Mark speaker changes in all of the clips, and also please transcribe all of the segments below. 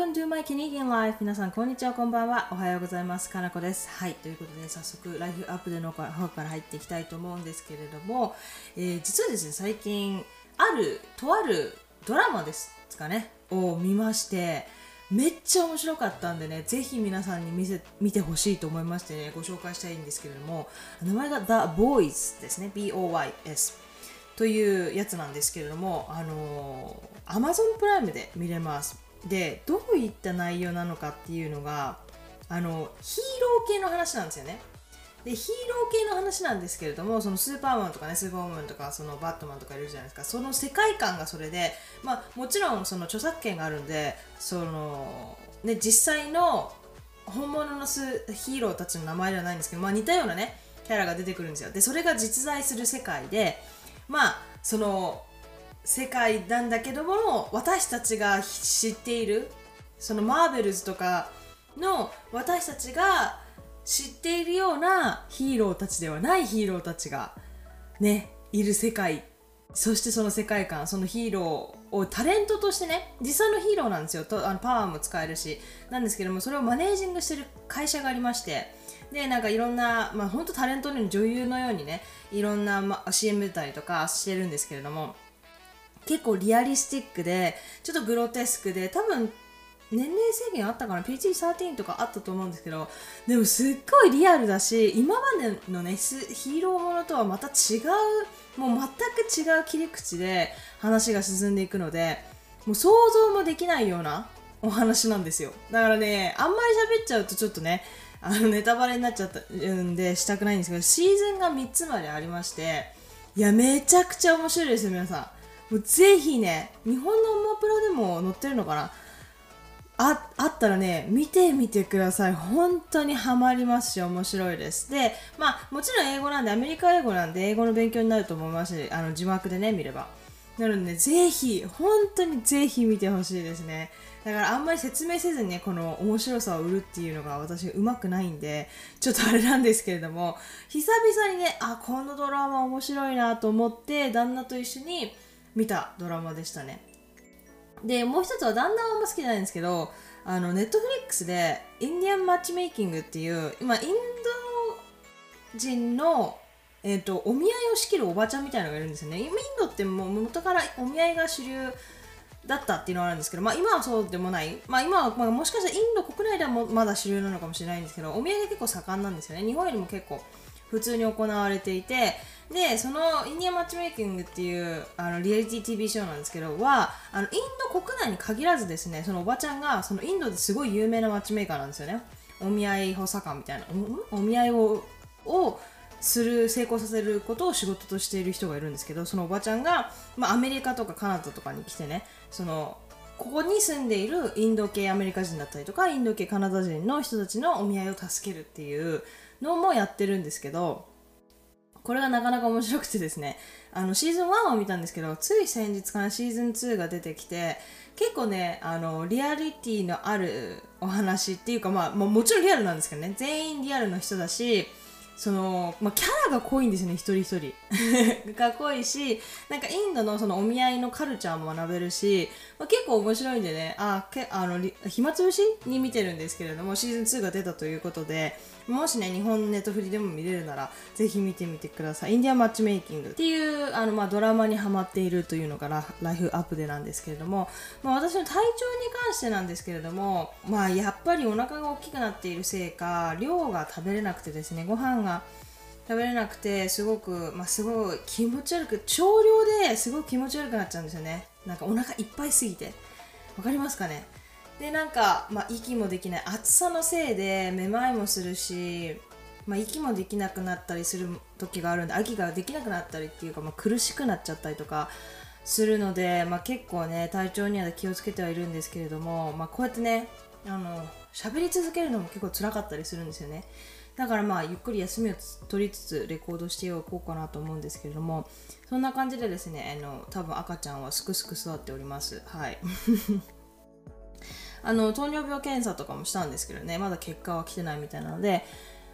Speaker 1: Welcome to my Canadian Life。 皆さんこんにちは、こんばんは、おはようございます。かなこです。はい、ということで早速ライフアップデの方から入っていきたいと思うんですけれども、実はですね、最近とあるドラマですかねを見まして、めっちゃ面白かったんでね、ぜひ皆さんに見てほしいと思いましてね、ご紹介したいんですけれども、名前が The Boys ですね。 BOYS というやつなんですけれども、Amazon プライムで見れます。で、どういった内容なのかっていうのが、ヒーロー系の話なんですよね。で、ヒーロー系の話なんですけれども、そのスーパーマンとかね、スーパーウーマンとか、そのバットマンとかいるじゃないですか。その世界観がそれで、もちろんその著作権があるんで、実際の本物のヒーローたちの名前ではないんですけど、似たようなね、キャラが出てくるんですよ。で、それが実在する世界で、その世界なんだけども、私たちが知っているそのマーベルズとかの私たちが知っているようなヒーローたちではないヒーローたちがね、いる世界。そしてその世界観、そのヒーローをタレントとしてね、実際のヒーローなんですよ。パワーも使えるしなんですけども、それをマネージングしてる会社がありまして、で、なんかいろんな、本当タレントの女優のようにね、いろんな、CM 出たりとかしてるんですけれども、結構リアリスティックで、ちょっとグロテスクで、多分年齢制限あったかな、 PG13 とかあったと思うんですけど、でもすっごいリアルだし、今までのねヒーローものとはまた違う、もう全く違う切り口で話が進んでいくので、もう想像もできないようなお話なんですよ。だからね、あんまり喋っちゃうとちょっとね、ネタバレになっちゃったんでしたくないんですけど、シーズンが3つまでありまして、いや、めちゃくちゃ面白いですよ。皆さんもうぜひね、日本のオモプロでも載ってるのかな、あったらね、見てみてください。本当にハマりますし、面白いです。で、もちろん英語なんで、アメリカ英語なんで英語の勉強になると思いますし、字幕でね見ればなので、ね、ぜひ本当にぜひ見てほしいですね。だからあんまり説明せずにね、この面白さを売るっていうのが私うまくないんで、ちょっとあれなんですけれども、久々にね、このドラマ面白いなと思って旦那と一緒に見たドラマでしたね。で、もう一つは旦那はあんま好きじゃないんですけど、ネットフリックスでインディアンマッチメイキングっていう、今インド人のお見合いを仕切るおばちゃんみたいなのがいるんですよね。今インドってもう元からお見合いが主流だったっていうのがあるんですけど、今はそうでもない。今は、もしかしたらインド国内ではもまだ主流なのかもしれないんですけど、お見合いが結構盛んなんですよね。日本よりも結構普通に行われていて、で、そのインディアンマッチメイキングっていうリアリティ TV ショーなんですけど、インド国内に限らずですね、そのおばちゃんがそのインドですごい有名なマッチメーカーなんですよね。お見合い補佐官みたいな、お見合いを成功させることを仕事としている人がいるんですけど、そのおばちゃんが、アメリカとかカナダとかに来てね、ここに住んでいるインド系アメリカ人だったりとかインド系カナダ人の人たちのお見合いを助けるっていうのもやってるんですけど、これがなかなか面白くてですね、シーズン1を見たんですけど、つい先日からシーズン2が出てきて、結構ね、リアリティのあるお話っていうか、もちろんリアルなんですけどね、全員リアルの人だし、キャラが濃いんですよね、一人一人が濃いし、なんかインドのそのお見合いのカルチャーも学べるし、結構面白いんでね、暇つぶしに見てるんですけれども、シーズン2が出たということで、もしね、日本ネットフリでも見れるならぜひ見てみてください。インディアンマッチメイキングっていうドラマにハマっているというのがライフアップデなんですけれども、私の体調に関してなんですけれども、やっぱりお腹が大きくなっているせいか、量が食べれなくてですね、ご飯が食べれなくて、すごい気持ち悪く、少量ですごい気持ち悪くなっちゃうんですよね。なんかお腹いっぱいすぎて、わかりますかね。で、なんか、息もできない、暑さのせいでめまいもするし、息もできなくなったりする時があるんで、息ができなくなったりっていうか、苦しくなっちゃったりとかするので、結構ね、体調には気をつけてはいるんですけれども、こうやってね、喋り続けるのも結構辛かったりするんですよね。だからゆっくり休みを取りつつレコードしておこうかなと思うんですけれども、そんな感じでですね、多分赤ちゃんはすくすく育っております。はい糖尿病検査とかもしたんですけどね、まだ結果は来てないみたいなので、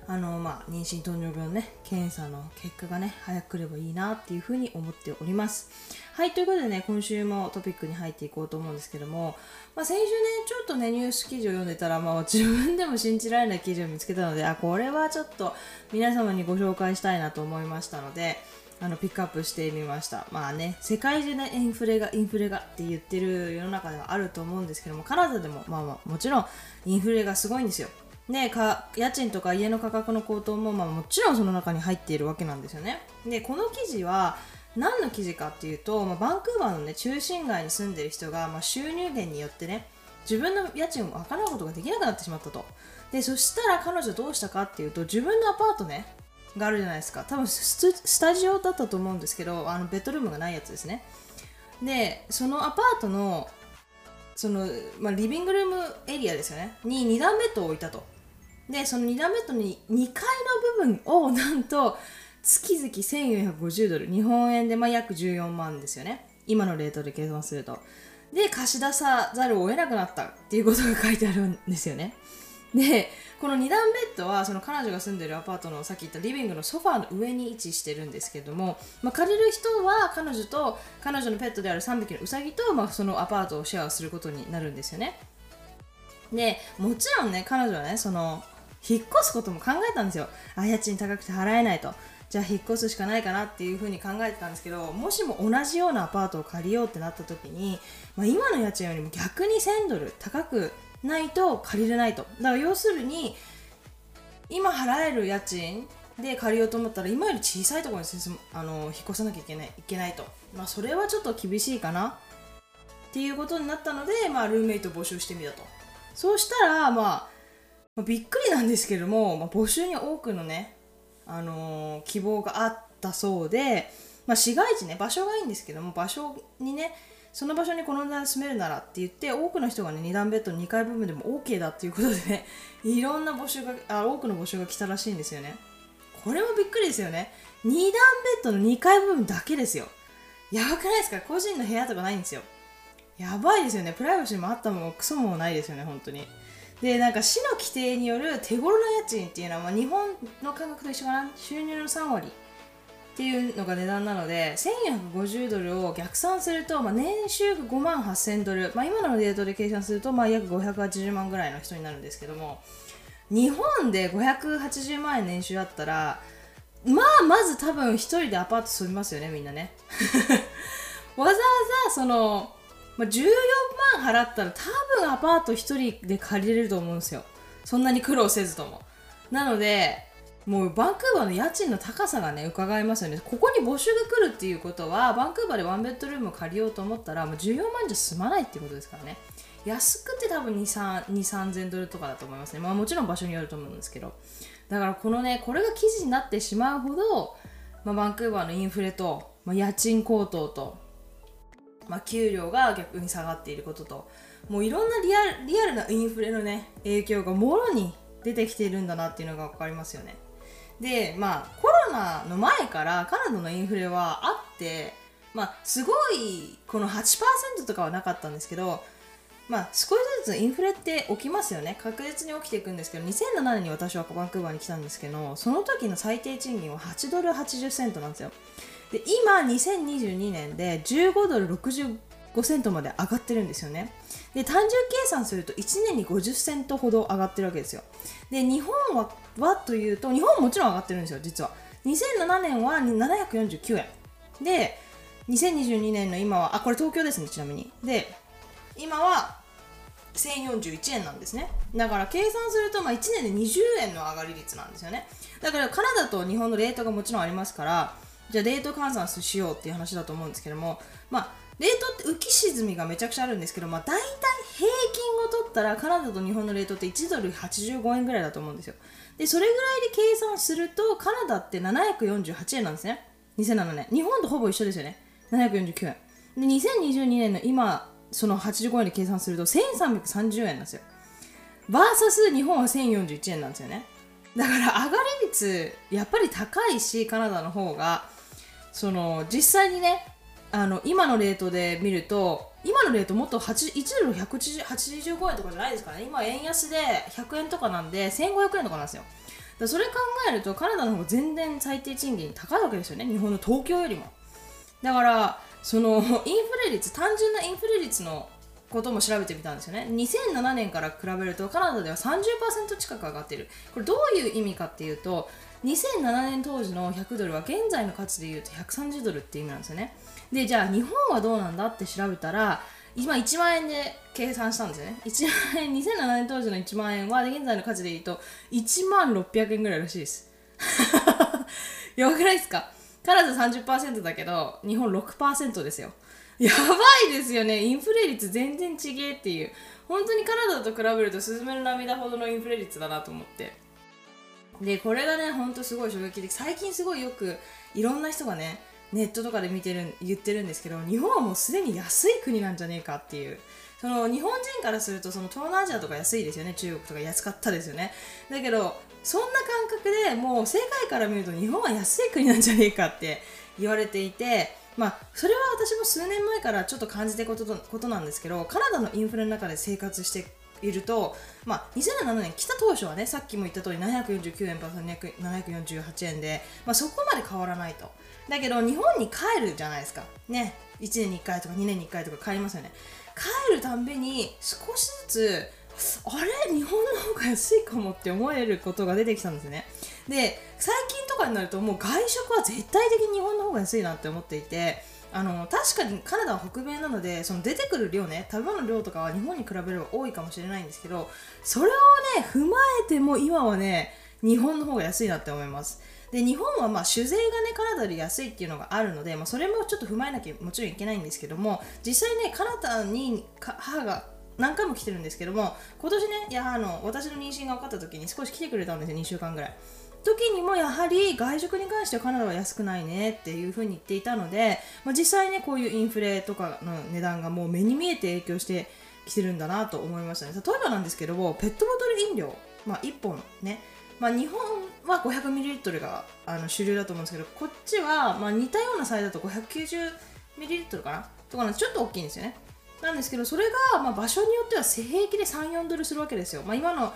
Speaker 1: 妊娠糖尿病のね検査の結果がね早く来ればいいなっていうふうに思っております。はい、ということでね、今週もトピックに入っていこうと思うんですけども、先週ねちょっとねニュース記事を読んでたら、自分でも信じられない記事を見つけたので、これはちょっと皆様にご紹介したいなと思いましたので、ピックアップしてみました。世界中でインフレがって言ってる世の中ではあると思うんですけども、カナダでももちろんインフレがすごいんですよ。で家賃とか家の価格の高騰ももちろんその中に入っているわけなんですよね。でこの記事は何の記事かっていうと、バンクーバーの、ね、中心街に住んでいる人が、収入源によってね自分の家賃を賄うことができなくなってしまったと。でそしたら彼女どうしたかっていうと、自分のアパートねがあるじゃないですか。多分スタジオだったと思うんですけど、ベッドルームがないやつですね。でそのアパートのリビングルームエリアですよねに2段ベッドを置いたと。でその2段ベッドに2階の部分をなんと月々$1450、日本円で約14万ですよね、今のレートで計算すると。で貸し出さざるを得なくなったっていうことが書いてあるんですよね。でこの2段ベッドはその彼女が住んでるアパートのさっき言ったリビングのソファーの上に位置してるんですけども、借りる人は彼女と彼女のペットである3匹のウサギと、そのアパートをシェアすることになるんですよね。でもちろんね彼女はね引っ越すことも考えたんですよ。家賃高くて払えないと、じゃあ引っ越すしかないかなっていうふうに考えてたんですけど、もしも同じようなアパートを借りようってなった時に、今の家賃よりも逆に$1000高くないと借りれないと。だから要するに今払える家賃で借りようと思ったら今より小さいところに引っ越さなきゃいけないと、それはちょっと厳しいかなっていうことになったので、ルームメイトを募集してみたと。そうしたらびっくりなんですけども、募集に多くのね、希望があったそうで、市街地ね場所がいいんですけども、場所にねその場所にこの値段住めるならって言って、多くの人がね2段ベッドの2階部分でも OK だっていうことでね、いろんな多くの募集が来たらしいんですよね。これもびっくりですよね。2段ベッドの2階部分だけですよ。やばくないですか？個人の部屋とかないんですよ。やばいですよね。プライバシーもあったもクソもないですよね本当に。で市の規定による手頃な家賃っていうのは、日本の価格と一緒かな、収入の3割っていうのが値段なので、$1450を逆算すると、年収が$58,000、今のレートで計算すると、約580万ぐらいの人になるんですけども、日本で580万円年収あったらまず多分一人でアパート住みますよねみんなねわざわざ14万払ったら多分アパート一人で借りれると思うんですよ。そんなに苦労せずとも。なのでもうバンクーバーの家賃の高さがね伺えますよね。ここに募集が来るっていうことは、バンクーバーでワンベッドルームを借りようと思ったらもう14万じゃ済まないっていうことですからね。安くて多分$2,000-3,000とかだと思いますね。もちろん場所によると思うんですけど、だからこれが記事になってしまうほど、バンクーバーのインフレと、家賃高騰と、給料が逆に下がっていることと、もういろんなリアルなインフレのね影響がもろに出てきているんだなっていうのが分かりますよね。でコロナの前からカナダのインフレはあって、すごいこの 8% とかはなかったんですけど、少しずつインフレって起きますよね。確実に起きていくんですけど、2007年に私はバンクーバーに来たんですけど、その時の最低賃金は$8.80なんですよ。で今2022年で$15.65まで上がってるんですよね。で単純計算すると1年に50セントほど上がってるわけですよ。で日本はというと、日本ももちろん上がってるんですよ。実は2007年は749円で、2022年の今はこれ東京ですね、ちなみに。で今は1041円なんですね。だから計算すると1年で20円の上がり率なんですよね。だからカナダと日本のレートがもちろんありますから、じゃあレート換算しようっていう話だと思うんですけども、レートって浮き沈みがめちゃくちゃあるんですけど、大体平均を取ったらカナダと日本のレートって$1.85ぐらいだと思うんですよ。でそれぐらいで計算するとカナダって748円なんですね。2007年日本とほぼ一緒ですよね。749円で、2022年の今その85円で計算すると1330円なんですよ。バーサス日本は1041円なんですよね。だから上がり率やっぱり高いし、カナダの方が実際にね今のレートで見ると、今のレートもっと1ドル185円とかじゃないですからね。今円安で100円とかなんで1500円とかなんですよ。 らそれ考えるとカナダの方が全然最低賃金高いわけですよね、日本の東京よりも。だからそのインフレ率、単純なインフレ率のことも調べてみたんですよね。2007年から比べるとカナダでは 30% 近く上がっている。これどういう意味かっていうと、2007年当時の100ドルは現在の価値でいうと130ドルっていう意味なんですよね。でじゃあ日本はどうなんだって調べたら、今1万円で計算したんですよね。1万円、2007年当時の1万円は現在の価値でいうと1万600円ぐらいらしいです。やばくないですか？カナダ 30% だけど日本 6% ですよ。やばいですよね。インフレ率全然違えっていう。本当にカナダと比べるとスズメの涙ほどのインフレ率だなと思って。でこれがね、ほんとすごい衝撃的。最近すごいよくいろんな人がね、ネットとかで言ってるんですけど、日本はもうすでに安い国なんじゃねえかっていう。その日本人からするとその東南アジアとか安いですよね。中国とか安かったですよね。だけどそんな感覚でもう世界から見ると日本は安い国なんじゃねえかって言われていて、それは私も数年前からちょっと感じていることなんですけど、カナダのインフレの中で生活していると、2007年来た当初はね、さっきも言った通り749円から748円で、そこまで変わらないと。だけど日本に帰るじゃないですかね。1年に1回とか2年に1回とか帰りますよね。帰るたんびに少しずつあれ日本の方が安いかもって思えることが出てきたんですよね。で最近とかになるともう外食は絶対的に日本の方が安いなって思っていて、確かにカナダは北米なのでその出てくる量ね、食べ物の量とかは日本に比べれば多いかもしれないんですけど、それをね踏まえても今はね日本の方が安いなって思います。で日本は酒税がねカナダより安いっていうのがあるので、それもちょっと踏まえなきゃもちろんいけないんですけども、実際ねカナダに母が何回も来てるんですけども、今年ね私の妊娠が分かった時に少し来てくれたんですよ、2週間ぐらい。時にもやはり外食に関してはカナダは安くないねっていう風に言っていたので、実際ねこういうインフレとかの値段がもう目に見えて影響してきてるんだなと思いましたね。例えばなんですけども、ペットボトル飲料、1本ね、日本は 500ml が主流だと思うんですけど、こっちは似たようなサイズだと 590ml かなとかちょっと大きいんですよね。なんですけど、それが場所によっては平気で3、4ドルするわけですよ。今の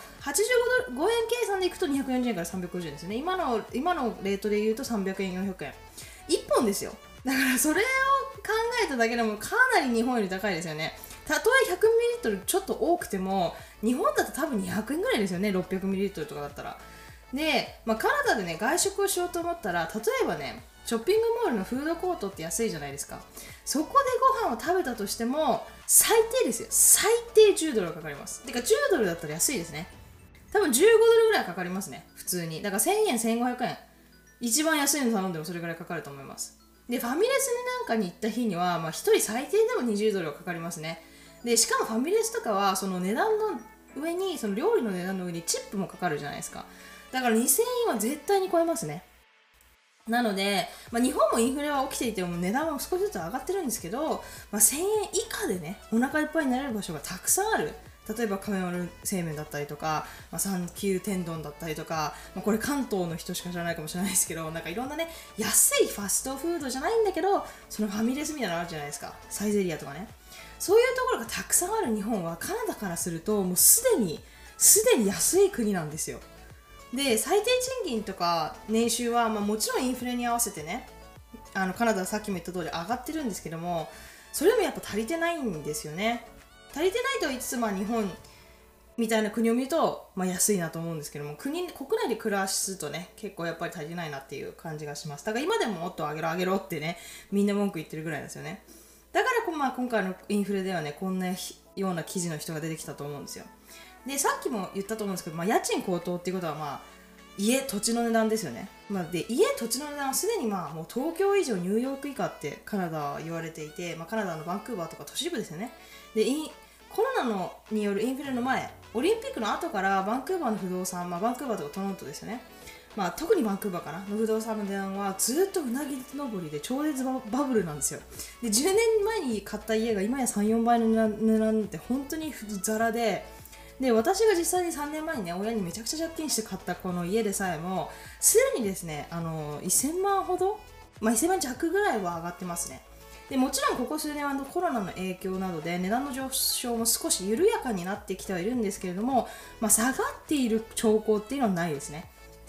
Speaker 1: 85ドル5円計算でいくと240円から350円ですよね。今のレートで言うと300円、400円。1本ですよ。だからそれを考えただけでもかなり日本より高いですよね。たとえ 100ml ちょっと多くても、日本だと多分200円ぐらいですよね。600ml とかだったら。で、カナダでね、外食をしようと思ったら、例えばね、ショッピングモールのフードコートって安いじゃないですか。そこでご飯を食べたとしても最低ですよ、最低10ドルかかります。てか10ドルだったら安いですね。多分15ドルぐらいかかりますね、普通に。だから1000円、1500円、一番安いの頼んでもそれぐらいかかると思います。でファミレスになんかに行った日には、1人最低でも20ドルはかかりますね。でしかもファミレスとかはその値段の上に、その料理の値段の上にチップもかかるじゃないですか。だから2000円は絶対に超えますね。なので、日本もインフレは起きていても値段は少しずつ上がってるんですけど、1000円以下でねお腹いっぱいになれる場所がたくさんある。例えば亀丸製麺だったりとか、サンキュー天丼だったりとか、これ関東の人しか知らないかもしれないですけど、なんかいろんなね安いファストフードじゃないんだけど、そのファミレスみたいなのあるじゃないですか、サイゼリアとかね。そういうところがたくさんある日本は、カナダからするともうすでに安い国なんですよ。で最低賃金とか年収は、もちろんインフレに合わせてね、カナダはさっきも言った通り上がってるんですけども、それでもやっぱ足りてないんですよね。足りてないとは言いつつ、日本みたいな国を見ると、安いなと思うんですけども、国内で暮らすとね結構やっぱり足りないなっていう感じがします。だから今でももっと上げろってね、みんな文句言ってるぐらいなんですよね。だから今回のインフレではね、こんなような記事の人が出てきたと思うんですよ。でさっきも言ったと思うんですけど、家賃高騰っていうことは土地の値段ですよね。で土地の値段はすでにもう東京以上ニューヨーク以下ってカナダは言われていて、カナダのバンクーバーとか都市部ですよね。でコロナによるインフレの前、オリンピックの後からバンクーバーの不動産、バンクーバーとかトロントですよね、特にバンクーバーかなの不動産の値段はずっとうなぎ登りで超絶バブルなんですよ。で10年前に買った家が今や 3,4 倍の値段って本当にザラで、私が実際に3年前にね親にめちゃくちゃ借金して買ったこの家でさえもすでにですね1000万ほど、1000万弱ぐらいは上がってますね。でもちろんここ数年はコロナの影響などで値段の上昇も少し緩やかになってきてはいるんですけれども、下がっている兆候っていうのはないですね。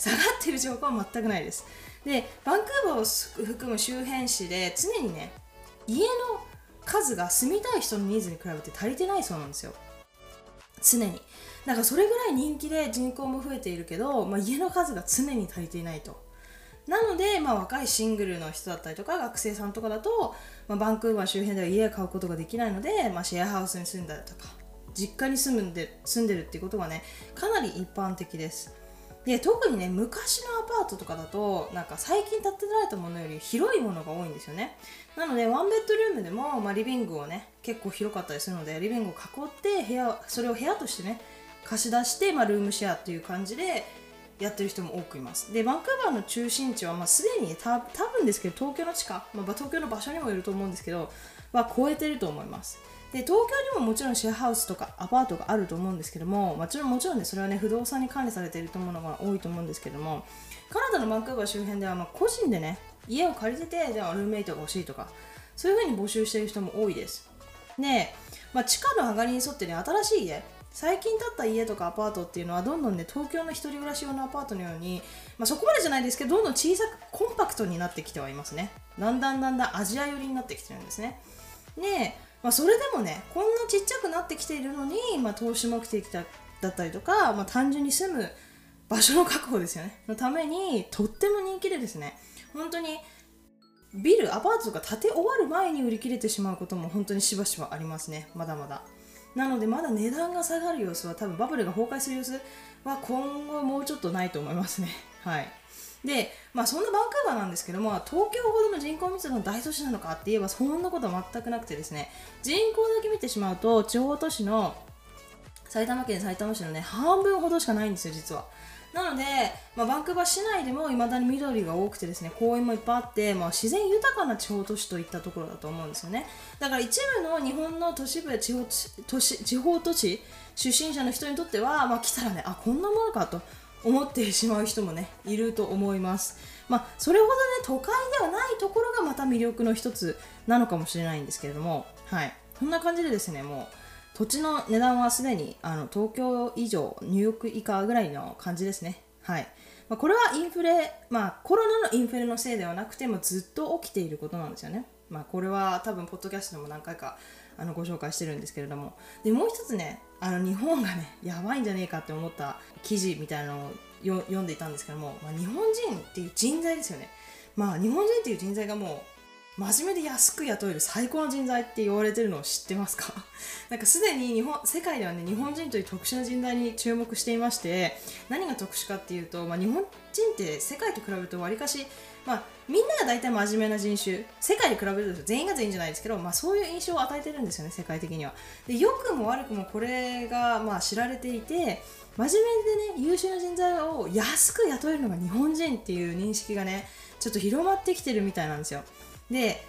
Speaker 1: 下がってる情報は全くないです。でバンクーバーを含む周辺市で常にね家の数が住みたい人のニーズに比べて足りてないそうなんですよ、常に。だからそれぐらい人気で人口も増えているけど、家の数が常に足りていないと。なので、若いシングルの人だったりとか学生さんとかだと、バンクーバー周辺では家を買うことができないので、シェアハウスに住んだりとか実家に住んでるっていうことがねかなり一般的です。で特にね昔のアパートとかだとなんか最近建てられたものより広いものが多いんですよね。なのでワンベッドルームでも、リビングをね結構広かったりするのでリビングを囲ってそれを部屋としてね貸し出して、ルームシェアっていう感じでやってる人も多くいます。でバンクーバーの中心地はすでに多分ですけど東京の地価、東京の場所にもよると思うんですけどは超えてると思います。で東京にももちろんシェアハウスとかアパートがあると思うんですけども、もちろんねそれはね不動産に管理されているものが多いと思うんですけども、カナダのバンクーバー周辺では個人でね家を借りててじゃあルームメイトが欲しいとかそういう風に募集している人も多いです。で、地価の上がりに沿ってね新しい家最近建った家とかアパートっていうのはどんどんね東京の一人暮らし用のアパートのように、そこまでじゃないですけどどんどん小さくコンパクトになってきてはいますね。だんだんアジア寄りになってきてるんですね。でそれでもねこんなちっちゃくなってきているのに、投資目的だったりとか、単純に住む場所の確保ですよねのためにとっても人気でですね、本当にアパートとか建て終わる前に売り切れてしまうことも本当にしばしばありますね。まだまだなのでまだ値段が下がる様子は多分バブルが崩壊する様子は今後もうちょっとないと思いますね。はい。で、そんなバンクーバーなんですけども、東京ほどの人口密度の大都市なのかって言えばそんなことは全くなくてですね、人口だけ見てしまうと地方都市の埼玉県さいたま市のね半分ほどしかないんですよ実は。なので、バンクーバー市内でも未だに緑が多くてですね、公園もいっぱいあって、自然豊かな地方都市といったところだと思うんですよね。だから一部の日本の都市部や地方都市出身者の人にとっては、来たらねこんなものかと思ってしまう人もねいると思います。それほどね都会ではないところがまた魅力の一つなのかもしれないんですけれども、はい、こんな感じでですね、もう土地の値段はすでに東京以上ニューヨーク以下ぐらいの感じですね。はい。これはインフレ、コロナのインフレのせいではなくてもずっと起きていることなんですよね。これは多分ポッドキャストでも何回かご紹介してるんですけれども、でもう一つね日本がねやばいんじゃねえかって思った記事みたいなのを読んでいたんですけども、日本人っていう人材ですよね。日本人っていう人材がもう真面目で安く雇える最高の人材って言われてるのを知ってますか？なんかすでに世界ではね日本人という特殊な人材に注目していまして、何が特殊かっていうと、日本人って世界と比べるとわりかし、みんなが大体真面目な人種、世界で比べると全員が全員じゃないですけど、そういう印象を与えてるんですよね、世界的には。で良くも悪くもこれが知られていて、真面目でね優秀な人材を安く雇えるのが日本人っていう認識がねちょっと広まってきてるみたいなんですよ。で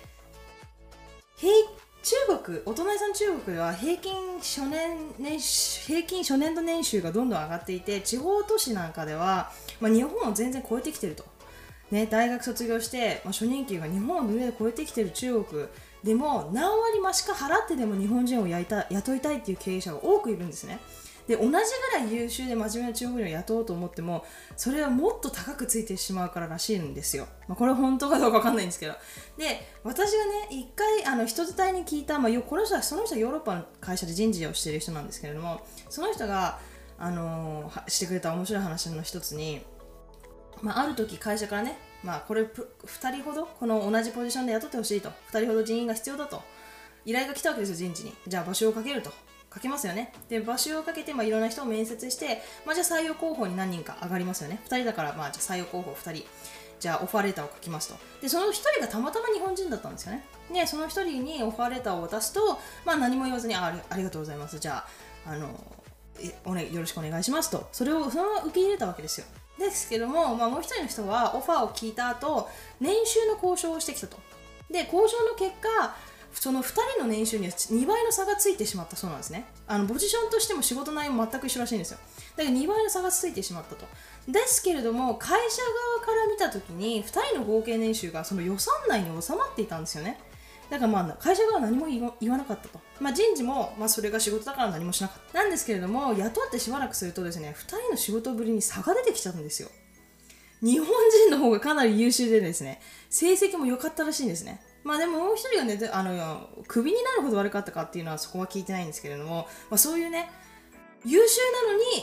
Speaker 1: お隣さん中国では平均初年度年収がどんどん上がっていて、地方都市なんかでは、日本を全然超えてきてると、大学卒業して、初任給が日本の上で超えてきてる中国でも何割増しか払ってでも日本人を雇いたいっていう経営者が多くいるんですね。で同じぐらい優秀で真面目な中国人を雇おうと思ってもそれはもっと高くついてしまうかららしいんですよ。これは本当かどうか分かんないんですけど、で私がね一回人伝いに聞いた、その人はヨーロッパの会社で人事をしている人なんですけれども、その人が、してくれた面白い話の一つに、ある時会社からね、これ2人ほどこの同じポジションで雇ってほしいと、2人ほど人員が必要だと依頼が来たわけですよ、人事に。じゃあ募集をかけると。かけますよね。で募集をかけて、いろんな人を面接して、じゃあ採用候補に何人か上がりますよね。2人だから、じゃあ採用候補2人、じゃあオファーレターを書きますと。でその1人がたまたま日本人だったんですよね。でその1人にオファーレターを渡すと、何も言わずにありがとうございます、じゃあよろしくお願いしますと、そのまま受け入れたわけですよ。ですけども、もう1人の人はオファーを聞いた後年収の交渉をしてきたと。で交渉の結果その2人の年収には2倍の差がついてしまったそうなんですね。ポジションとしても仕事内容も全く一緒らしいんですよ。だから2倍の差がついてしまったと。ですけれども会社側から見たときに2人の合計年収がその予算内に収まっていたんですよね。だから会社側は何も言わなかったと。人事もそれが仕事だから何もしなかったなんですけれども、雇ってしばらくするとですね、2人の仕事ぶりに差が出てきちゃうんですよ。 日本人の方がかなり優秀でですね、成績も良かったらしいんですね。まあでももう一人がね、クビになるほど悪かったかっていうのはそこは聞いてないんですけれども、まあ、そういうね、優秀なのに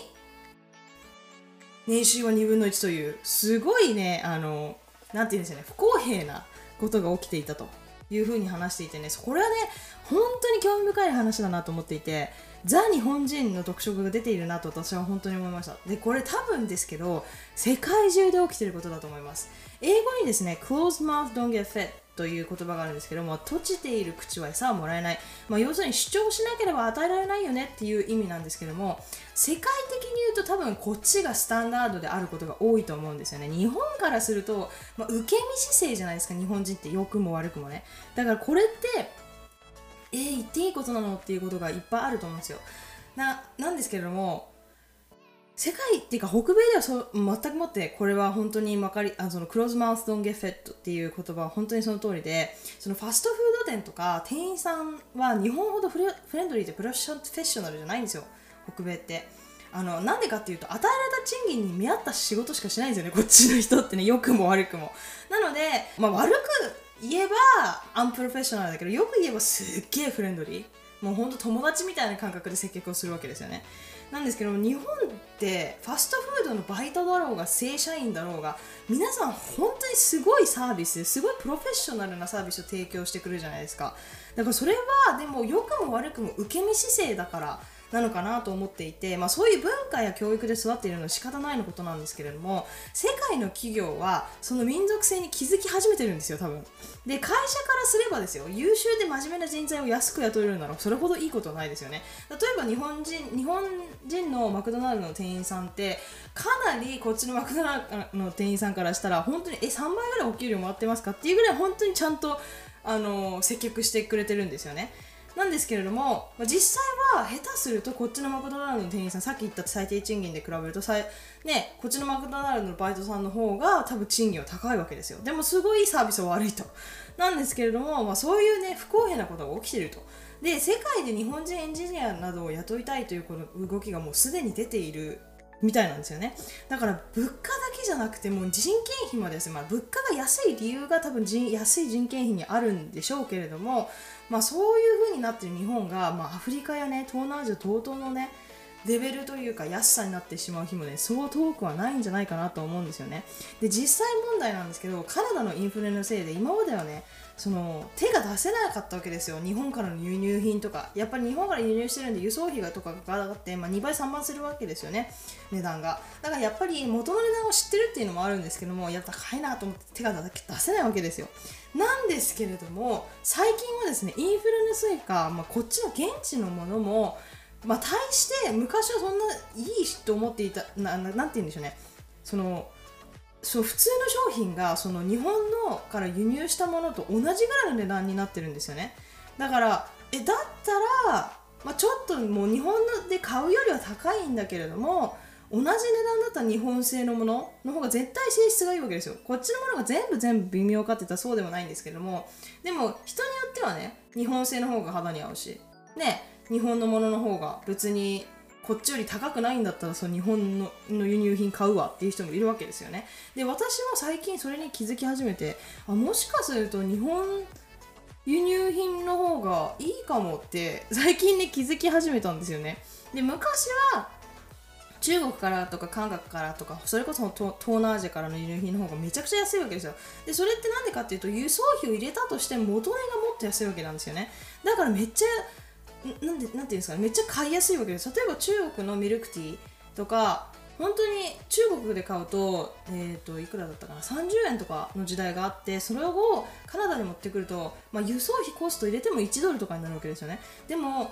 Speaker 1: 年収は2分の1というすごいね、なんていうんですよね、不公平なことが起きていたというふうに話していてね、これはね本当に興味深い話だなと思っていて、ザ日本人の特色が出ているなと私は本当に思いました。でこれ多分ですけど世界中で起きていることだと思います。英語にですね closed mouth don't get fedという言葉があるんですけども、閉じている口は餌をもらえない、要するに主張しなければ与えられないよねっていう意味なんですけども、世界的に言うと多分こっちがスタンダードであることが多いと思うんですよね。日本からすると、受け身姿勢じゃないですか、日本人って良くも悪くもね。だからこれって言っていいことなのっていうことがいっぱいあると思うんですよ。なんですけれども、世界っていうか北米では全くもってこれは本当にそのクローズマウスドンゲフェットっていう言葉は本当にその通りで、そのファストフード店とか店員さんは日本ほどフレンドリーでプロフェッショナルじゃないんですよ、北米って。なんでかっていうと与えられた賃金に見合った仕事しかしないんですよね、こっちの人ってね、良くも悪くも。なので、悪く言えばアンプロフェッショナルだけど、よく言えばすっげえフレンドリー、もうほんと友達みたいな感覚で接客をするわけですよね。なんですけども、日本ってファストフードのバイトだろうが正社員だろうが、皆さん本当にすごいサービス、すごいプロフェッショナルなサービスを提供してくるじゃないですか。だからそれはでも良くも悪くも受け身姿勢だからなのかなと思っていて、そういう文化や教育で育っているのは仕方ないのことなんですけれども、世界の企業はその民族性に気づき始めてるんですよ、多分。で、会社からすればですよ、優秀で真面目な人材を安く雇えるならそれほどいいことはないですよね。例えば日本人のマクドナルドの店員さんってかなりこっちのマクドナルドの店員さんからしたら本当に3倍ぐらいお給料もらってますかっていうぐらい本当にちゃんと接客してくれてるんですよね。なんですけれども、実際は下手するとこっちのマクドナルドの店員さん、さっき言った最低賃金で比べるとこっちのマクドナルドのバイトさんの方が多分賃金は高いわけですよ。でもすごいサービスは悪いと。なんですけれども、そういうね不公平なことが起きていると。で、世界で日本人エンジニアなどを雇いたいというこの動きがもうすでに出ているみたいなんですよね。だから物価だけじゃなくても人件費までです、物価が安い理由が多分安い人件費にあるんでしょうけれども、そういう風になっている日本が、アフリカやね東南アジア等々のねレベルというか安さになってしまう日もねそう遠くはないんじゃないかなと思うんですよね。で、実際問題なんですけど、カナダのインフレのせいで今まではねその手が出せなかったわけですよ、日本からの輸入品とか。やっぱり日本から輸入してるんで輸送費がとかが上がって、2倍3倍するわけですよね、値段が。だからやっぱり元の値段を知ってるっていうのもあるんですけども、やっぱ高いなと思って手が出せないわけですよ。なんですけれども、最近はですねインフレのせいか、こっちの現地のものも対して昔はそんないいと思っていたなんて言うんでしょうね、普通の商品がその日本のから輸入したものと同じぐらいの値段になってるんですよね。だからだったら、ちょっともう日本ので買うよりは高いんだけれども、同じ値段だったら日本製のものの方が絶対性質がいいわけですよ。こっちのものが全部微妙かって言ったらそうでもないんですけども、でも人によってはね日本製の方が肌に合うしね、日本のものの方が別にこっちより高くないんだったらその日本の輸入品買うわっていう人もいるわけですよね。で、私も最近それに気づき始めて、もしかすると日本輸入品の方がいいかもって最近ね気づき始めたんですよね。で、昔は中国からとか韓国からとかそれこそ東南アジアからの輸入品の方がめちゃくちゃ安いわけですよ。で、それってなんでかっていうと輸送費を入れたとしても元値がもっと安いわけなんですよね。だからめっちゃなんていうんですかね、めっちゃ買いやすいわけです。例えば中国のミルクティーとか本当に中国で買うと、いくらだったかな、30円とかの時代があって、それをカナダに持ってくると、輸送費コスト入れても1ドルとかになるわけですよね。でも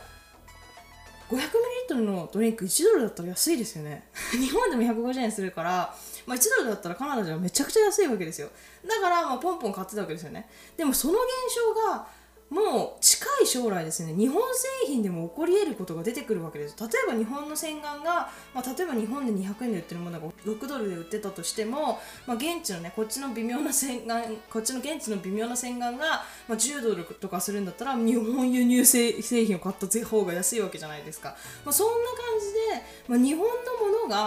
Speaker 1: 500ml のドリンク1ドルだったら安いですよね日本でも150円するから、1ドルだったらカナダじゃめちゃくちゃ安いわけですよ。だからポンポン買ってたわけですよね。でもその現象がもう近い将来ですね、日本製品でも起こり得ることが出てくるわけです。例えば日本の洗顔が、例えば日本で200円で売ってるものが6ドルで売ってたとしても、現地のねこっちの現地の微妙な洗顔が、10ドルとかするんだったら日本輸入製品を買った方が安いわけじゃないですか。そんな感じで、日本のものが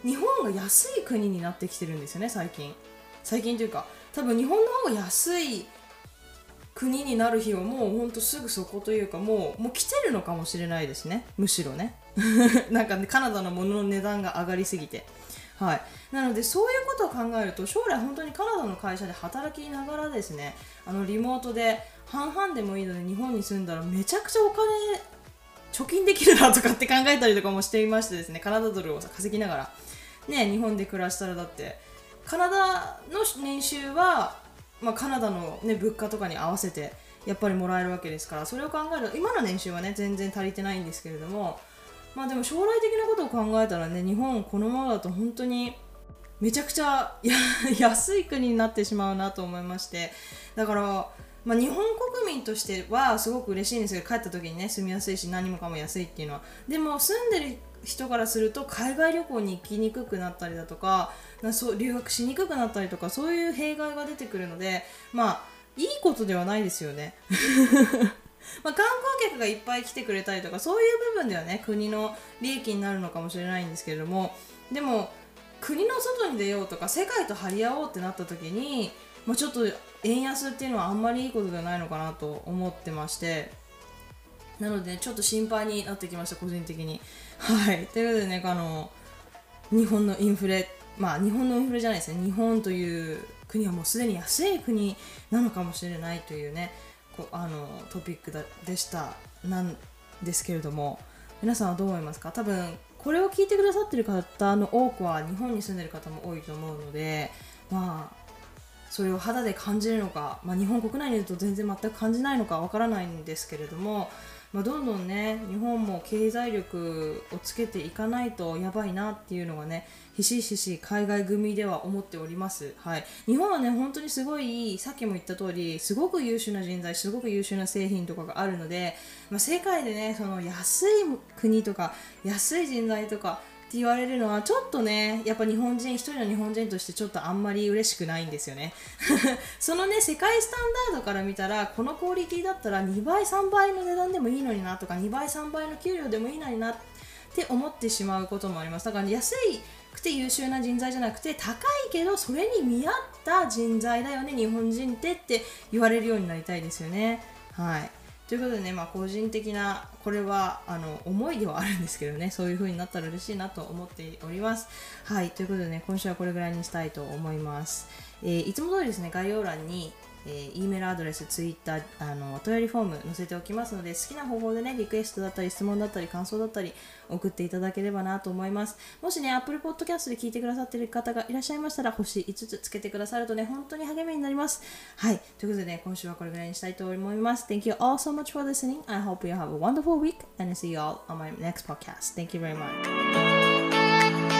Speaker 1: 日本が安い国になってきてるんですよね、最近というか、多分日本の方が安い国になる日はもうほんとすぐそこというか、もう来てるのかもしれないですね、むしろねなんかね、カナダのものの値段が上がりすぎて、はい、なのでそういうことを考えると、将来本当にカナダの会社で働きながらですね、リモートで半々でもいいので日本に住んだらめちゃくちゃお金貯金できるなとかって考えたりとかもしていましてですね、カナダドルを稼ぎながらね、日本で暮らしたら、だってカナダの年収は、カナダの、ね、物価とかに合わせてやっぱりもらえるわけですから、それを考えると今の年収はね全然足りてないんですけれども、でも将来的なことを考えたらね、日本このままだと本当にめちゃくちゃ安い国になってしまうなと思いまして、だから、日本国民としてはすごく嬉しいんですけど、帰った時にね住みやすいし何もかも安いっていうのは、でも住んでる人からすると海外旅行に行きにくくなったりだとか、留学しにくくなったりとか、そういう弊害が出てくるので、いいことではないですよね観光客がいっぱい来てくれたりとか、そういう部分ではね国の利益になるのかもしれないんですけれども、でも国の外に出ようとか世界と張り合おうってなった時に、ちょっと円安っていうのはあんまりいいことではないのかなと思ってまして、なのでちょっと心配になってきました、個人的に。はい、ということでね、日本のインフレ、日本のインフレじゃないですね、日本という国はもうすでに安い国なのかもしれないというね、トピックでしたなんですけれども、皆さんはどう思いますか？多分これを聞いてくださっている方の多くは日本に住んでいる方も多いと思うので、それを肌で感じるのか、日本国内にいると全然全く感じないのかわからないんですけれども、どんどんね日本も経済力をつけていかないとやばいなっていうのがね、ひしひし海外組では思っております。はい、日本はね本当にすごい、さっきも言った通りすごく優秀な人材、すごく優秀な製品とかがあるので、世界でねその安い国とか安い人材とかって言われるのはちょっとね、やっぱ一人の日本人としてちょっとあんまり嬉しくないんですよねそのね世界スタンダードから見たら、このクオリティだったら2倍3倍の値段でもいいのになとか、2倍3倍の給料でもいいのになって思ってしまうこともあります。だから安くて優秀な人材じゃなくて、高いけどそれに見合った人材だよね日本人って言われるようになりたいですよね。はい、ということでね、個人的なこれは思いではあるんですけどね、そういう風になったら嬉しいなと思っております。はい、ということでね、今週はこれぐらいにしたいと思います。いつも通りですね、概要欄にE メールアドレス、ツイッター、お問い合わせフォーム載せておきますので、好きな方法でね、リクエストだったり質問だったり感想だったり送っていただければなと思います。もしね、Apple Podcast で聞いてくださっている方がいらっしゃいましたら、星5つつけてくださるとね、本当に励みになります。はい、ということでね、今週はこれぐらいにしたいと思います。Thank you all so much for listening. I hope you have a wonderful week and I see you all on my next podcast. Thank you very much.